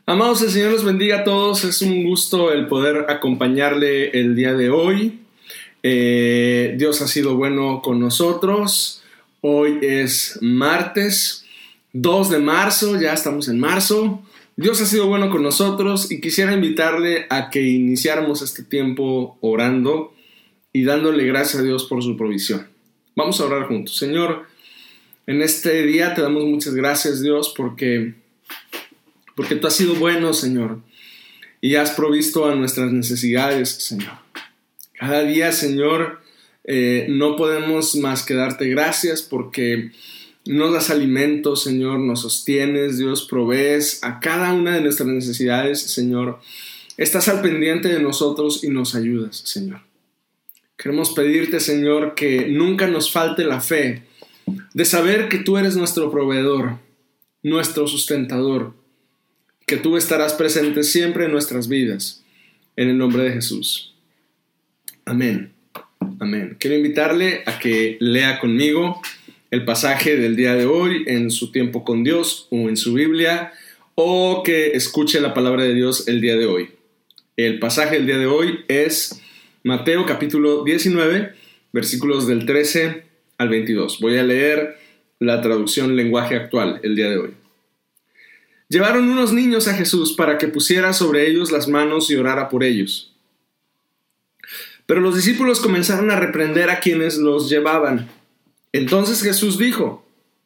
Amados, el Señor los bendiga a todos. Es un gusto el poder acompañarle el día de hoy. Dios ha sido bueno con nosotros. Hoy es martes 2 de marzo, ya estamos en marzo. Dios ha sido bueno con nosotros y quisiera invitarle a que iniciáramos este tiempo orando y dándole gracias a Dios por su provisión. Vamos a orar juntos. Señor, en este día te damos muchas gracias, Dios, porque tú has sido bueno, Señor, y has provisto a nuestras necesidades, Señor. Cada día, Señor, no podemos más que darte gracias porque nos das alimento, Señor, nos sostienes, Dios, provees a cada una de nuestras necesidades, Señor. Estás al pendiente de nosotros y nos ayudas, Señor. Queremos pedirte, Señor, que nunca nos falte la fe de saber que tú eres nuestro proveedor, nuestro sustentador, que tú estarás presente siempre en nuestras vidas, en el nombre de Jesús. Amén. Amén. Quiero invitarle a que lea conmigo el pasaje del día de hoy en su tiempo con Dios o en su Biblia, o que escuche la palabra de Dios el día de hoy. El pasaje del día de hoy es Mateo capítulo 19, versículos del 13 al 22. Voy a leer la traducción lenguaje actual el día de hoy. Llevaron unos niños a Jesús para que pusiera sobre ellos las manos y orara por ellos. Pero los discípulos comenzaron a reprender a quienes los llevaban. Entonces Jesús dijo: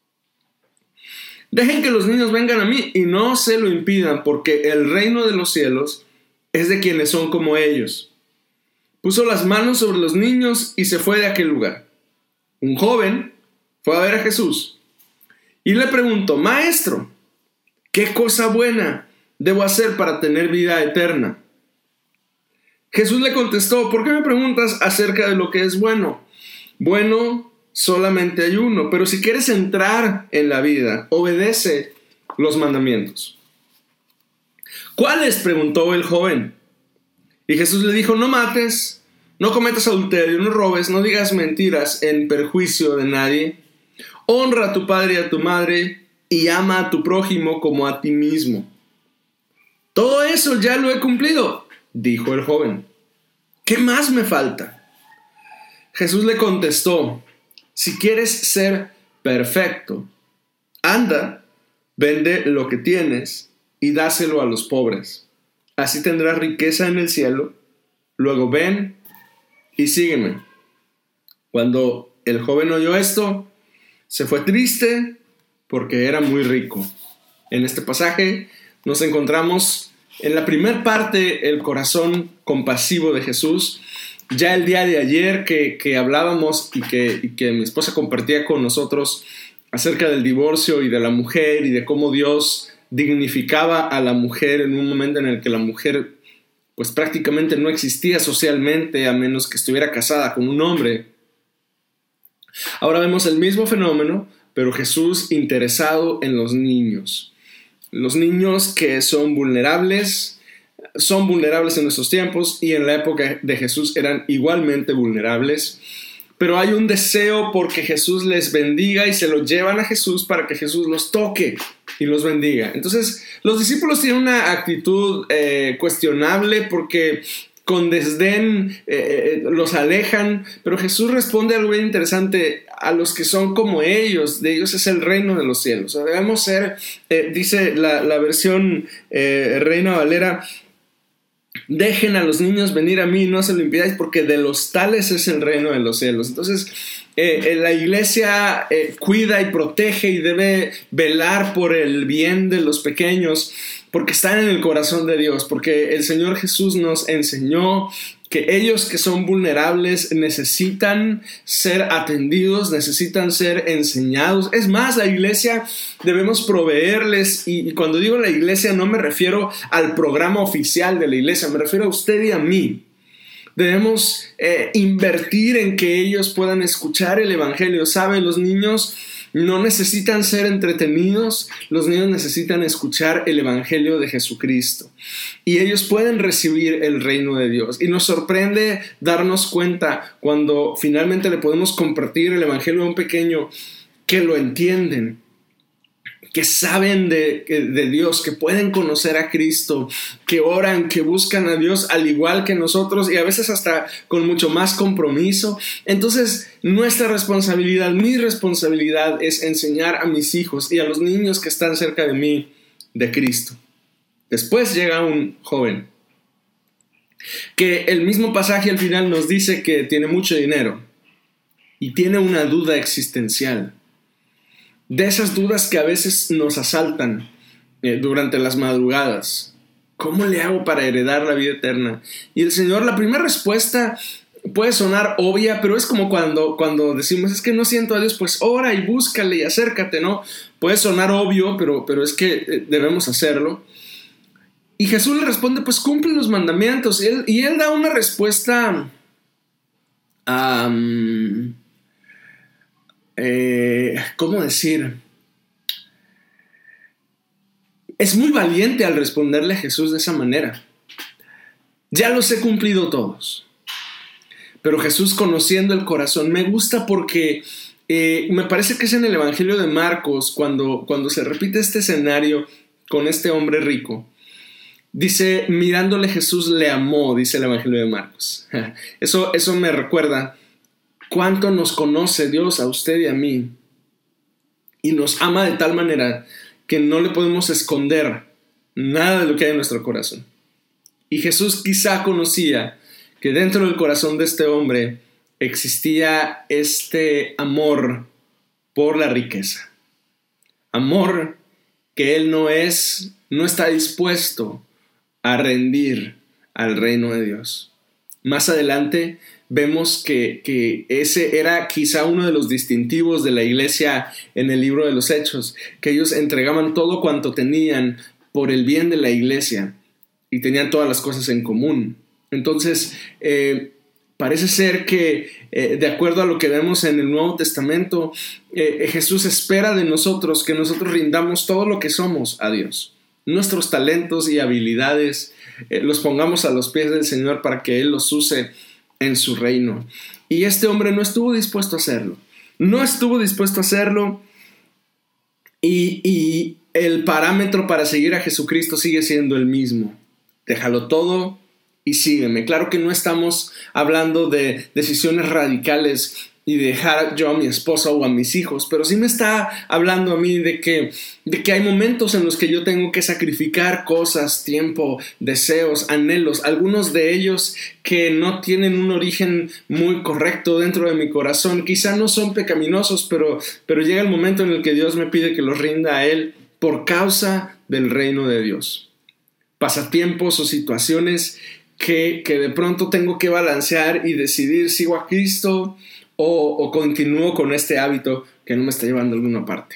dejen que los niños vengan a mí y no se lo impidan, porque el reino de los cielos es de quienes son como ellos. Puso las manos sobre los niños y se fue de aquel lugar. Un joven fue a ver a Jesús y le preguntó: Maestro, ¿qué cosa buena debo hacer para tener vida eterna? Jesús le contestó: ¿por qué me preguntas acerca de lo que es bueno? Bueno, solamente hay uno, pero si quieres entrar en la vida, obedece los mandamientos. ¿Cuáles?, preguntó el joven. Y Jesús le dijo: no mates, no cometas adulterio, no robes, no digas mentiras en perjuicio de nadie. Honra a tu padre y a tu madre y ama a tu prójimo como a ti mismo. Todo eso ya lo he cumplido, dijo el joven. ¿Qué más me falta? Jesús le contestó: si quieres ser perfecto, anda, vende lo que tienes y dáselo a los pobres. Así tendrás riqueza en el cielo. Luego ven y sígueme. Cuando el joven oyó esto, se fue triste porque era muy rico. En este pasaje nos encontramos en la primera parte el corazón compasivo de Jesús. Ya el día de ayer que hablábamos y que mi esposa compartía con nosotros acerca del divorcio y de la mujer y de cómo Dios dignificaba a la mujer en un momento en el que la mujer pues prácticamente no existía socialmente a menos que estuviera casada con un hombre. Ahora vemos el mismo fenómeno, pero Jesús interesado en los niños. Los niños que son vulnerables en nuestros tiempos y en la época de Jesús eran igualmente vulnerables. Pero hay un deseo porque Jesús les bendiga y se los llevan a Jesús para que Jesús los toque y los bendiga. Entonces, los discípulos tienen una actitud cuestionable porque con desdén los alejan, pero Jesús responde algo bien interesante: a los que son como ellos, de ellos es el reino de los cielos. O sea, debemos ser, dice la versión Reina Valera: dejen a los niños venir a mí, no se lo impidáis, porque de los tales es el reino de los cielos. Entonces, la iglesia cuida y protege y debe velar por el bien de los pequeños, porque están en el corazón de Dios, porque el Señor Jesús nos enseñó que ellos que son vulnerables necesitan ser atendidos, necesitan ser enseñados. Es más, la iglesia debemos proveerles, y cuando digo la iglesia no me refiero al programa oficial de la iglesia, me refiero a usted y a mí. Debemos invertir en que ellos puedan escuchar el evangelio. ¿Sabe? Los niños no necesitan ser entretenidos, los niños necesitan escuchar el evangelio de Jesucristo y ellos pueden recibir el reino de Dios. Y nos sorprende darnos cuenta cuando finalmente le podemos compartir el evangelio a un pequeño que lo entienden. que saben de Dios, que pueden conocer a Cristo, que oran, que buscan a Dios al igual que nosotros y a veces hasta con mucho más compromiso. Entonces, nuestra responsabilidad, mi responsabilidad es enseñar a mis hijos y a los niños que están cerca de mí de Cristo. Después llega un joven que el mismo pasaje al final nos dice que tiene mucho dinero y tiene una duda existencial. De esas dudas que a veces nos asaltan durante las madrugadas. ¿Cómo le hago para heredar la vida eterna? Y el Señor, la primera respuesta puede sonar obvia, pero es como cuando decimos, es que no siento a Dios, pues ora y búscale y acércate, ¿no? Puede sonar obvio, pero es que debemos hacerlo. Y Jesús le responde, pues cumple los mandamientos. Y él da una respuesta ¿cómo decir? Es muy valiente al responderle a Jesús de esa manera. Ya los he cumplido todos. Pero Jesús, conociendo el corazón, me gusta porque me parece que es en el Evangelio de Marcos cuando se repite este escenario con este hombre rico. Dice, mirándole Jesús le amó, dice el Evangelio de Marcos. Eso me recuerda cuánto nos conoce Dios a usted y a mí. Y nos ama de tal manera que no le podemos esconder nada de lo que hay en nuestro corazón. Y Jesús quizá conocía que dentro del corazón de este hombre existía este amor por la riqueza. Amor que él no está dispuesto a rendir al reino de Dios. Más adelante vemos que ese era quizá uno de los distintivos de la iglesia en el libro de los Hechos, que ellos entregaban todo cuanto tenían por el bien de la iglesia y tenían todas las cosas en común. Entonces, parece ser que, de acuerdo a lo que vemos en el Nuevo Testamento, Jesús espera de nosotros que nosotros rindamos todo lo que somos a Dios. Nuestros talentos y habilidades los pongamos a los pies del Señor para que Él los use en su reino. Y este hombre no estuvo dispuesto a hacerlo. No estuvo dispuesto a hacerlo. Y el parámetro para seguir a Jesucristo sigue siendo el mismo. Déjalo todo y sígueme. Claro que no estamos hablando de decisiones radicales y dejar yo a mi esposa o a mis hijos, pero sí me está hablando a mí de que hay momentos en los que yo tengo que sacrificar cosas, tiempo, deseos, anhelos, algunos de ellos que no tienen un origen muy correcto dentro de mi corazón. Quizá no son pecaminosos, pero llega el momento en el que Dios me pide que los rinda a Él por causa del reino de Dios. Pasatiempos o situaciones que de pronto tengo que balancear y decidir, ¿sigo a Cristo o continúo con este hábito que no me está llevando a alguna parte?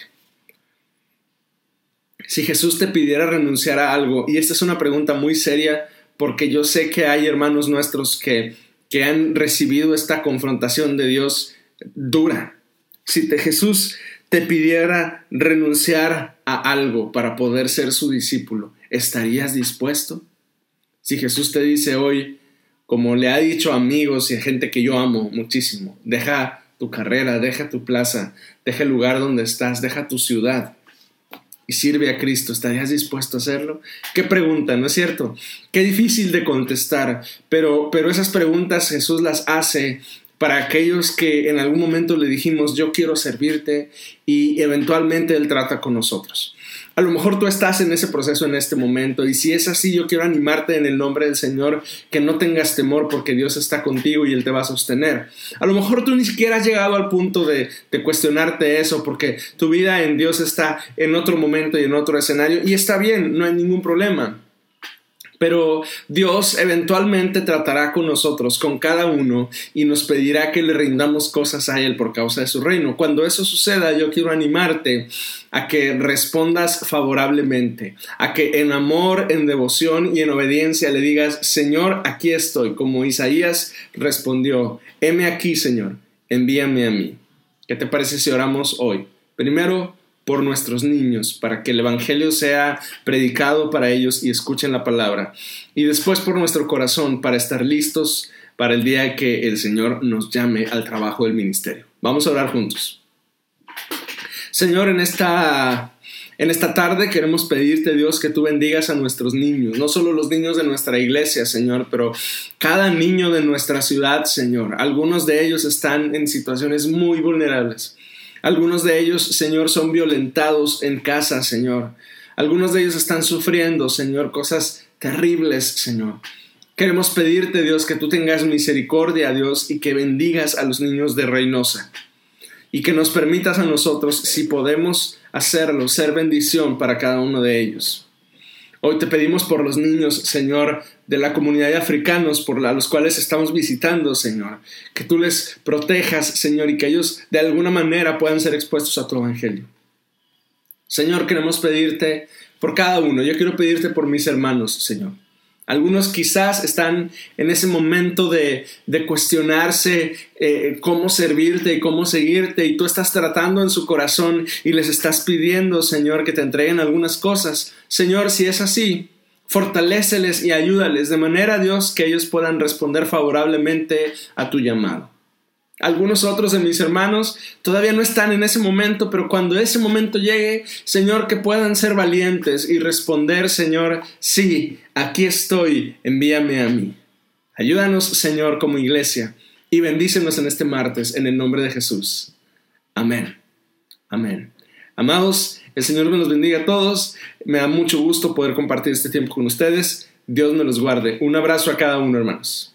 Si Jesús te pidiera renunciar a algo, y esta es una pregunta muy seria porque yo sé que hay hermanos nuestros que han recibido esta confrontación de Dios dura. Si Jesús te pidiera renunciar a algo para poder ser su discípulo, ¿estarías dispuesto? Si Jesús te dice hoy, como le ha dicho a amigos y a gente que yo amo muchísimo, deja tu carrera, deja tu plaza, deja el lugar donde estás, deja tu ciudad y sirve a Cristo, ¿estarías dispuesto a hacerlo? Qué pregunta, ¿no es cierto? Qué difícil de contestar, pero esas preguntas Jesús las hace para aquellos que en algún momento le dijimos, yo quiero servirte, y eventualmente Él trata con nosotros. A lo mejor tú estás en ese proceso en este momento, y si es así, yo quiero animarte en el nombre del Señor que no tengas temor porque Dios está contigo y Él te va a sostener. A lo mejor tú ni siquiera has llegado al punto de cuestionarte eso porque tu vida en Dios está en otro momento y en otro escenario, y está bien, no hay ningún problema. Pero Dios eventualmente tratará con nosotros, con cada uno, y nos pedirá que le rindamos cosas a Él por causa de su reino. Cuando eso suceda, yo quiero animarte a que respondas favorablemente, a que en amor, en devoción y en obediencia le digas, Señor, aquí estoy, como Isaías respondió, heme aquí, Señor, envíame a mí. ¿Qué te parece si oramos hoy? Primero, por nuestros niños, para que el evangelio sea predicado para ellos y escuchen la palabra, y después por nuestro corazón, para estar listos para el día que el Señor nos llame al trabajo del ministerio. Vamos a orar juntos. Señor, en esta En esta tarde queremos pedirte, Dios, que tú bendigas a nuestros niños, no solo los niños de nuestra iglesia, Señor, pero cada niño de nuestra ciudad, Señor. Algunos de ellos están en situaciones muy vulnerables. Algunos de ellos, Señor, son violentados en casa, Señor. Algunos de ellos están sufriendo, Señor, cosas terribles, Señor. Queremos pedirte, Dios, que tú tengas misericordia, Dios, y que bendigas a los niños de Reynosa. Y que nos permitas a nosotros, si podemos hacerlo, ser bendición para cada uno de ellos. Hoy te pedimos por los niños, Señor, de la comunidad de africanos, a los cuales estamos visitando, Señor. Que tú les protejas, Señor, y que ellos de alguna manera puedan ser expuestos a tu evangelio. Señor, queremos pedirte por cada uno. Yo quiero pedirte por mis hermanos, Señor. Algunos quizás están en ese momento de cuestionarse cómo servirte y cómo seguirte, y tú estás tratando en su corazón y les estás pidiendo, Señor, que te entreguen algunas cosas. Señor, si es así, fortaléceles y ayúdales de manera, Dios, que ellos puedan responder favorablemente a tu llamado. Algunos otros de mis hermanos todavía no están en ese momento, pero cuando ese momento llegue, Señor, que puedan ser valientes y responder, Señor, sí, aquí estoy, envíame a mí. Ayúdanos, Señor, como iglesia, y bendícenos en este martes, en el nombre de Jesús. Amén. Amén. Amados, el Señor me los bendiga a todos. Me da mucho gusto poder compartir este tiempo con ustedes. Dios me los guarde. Un abrazo a cada uno, hermanos.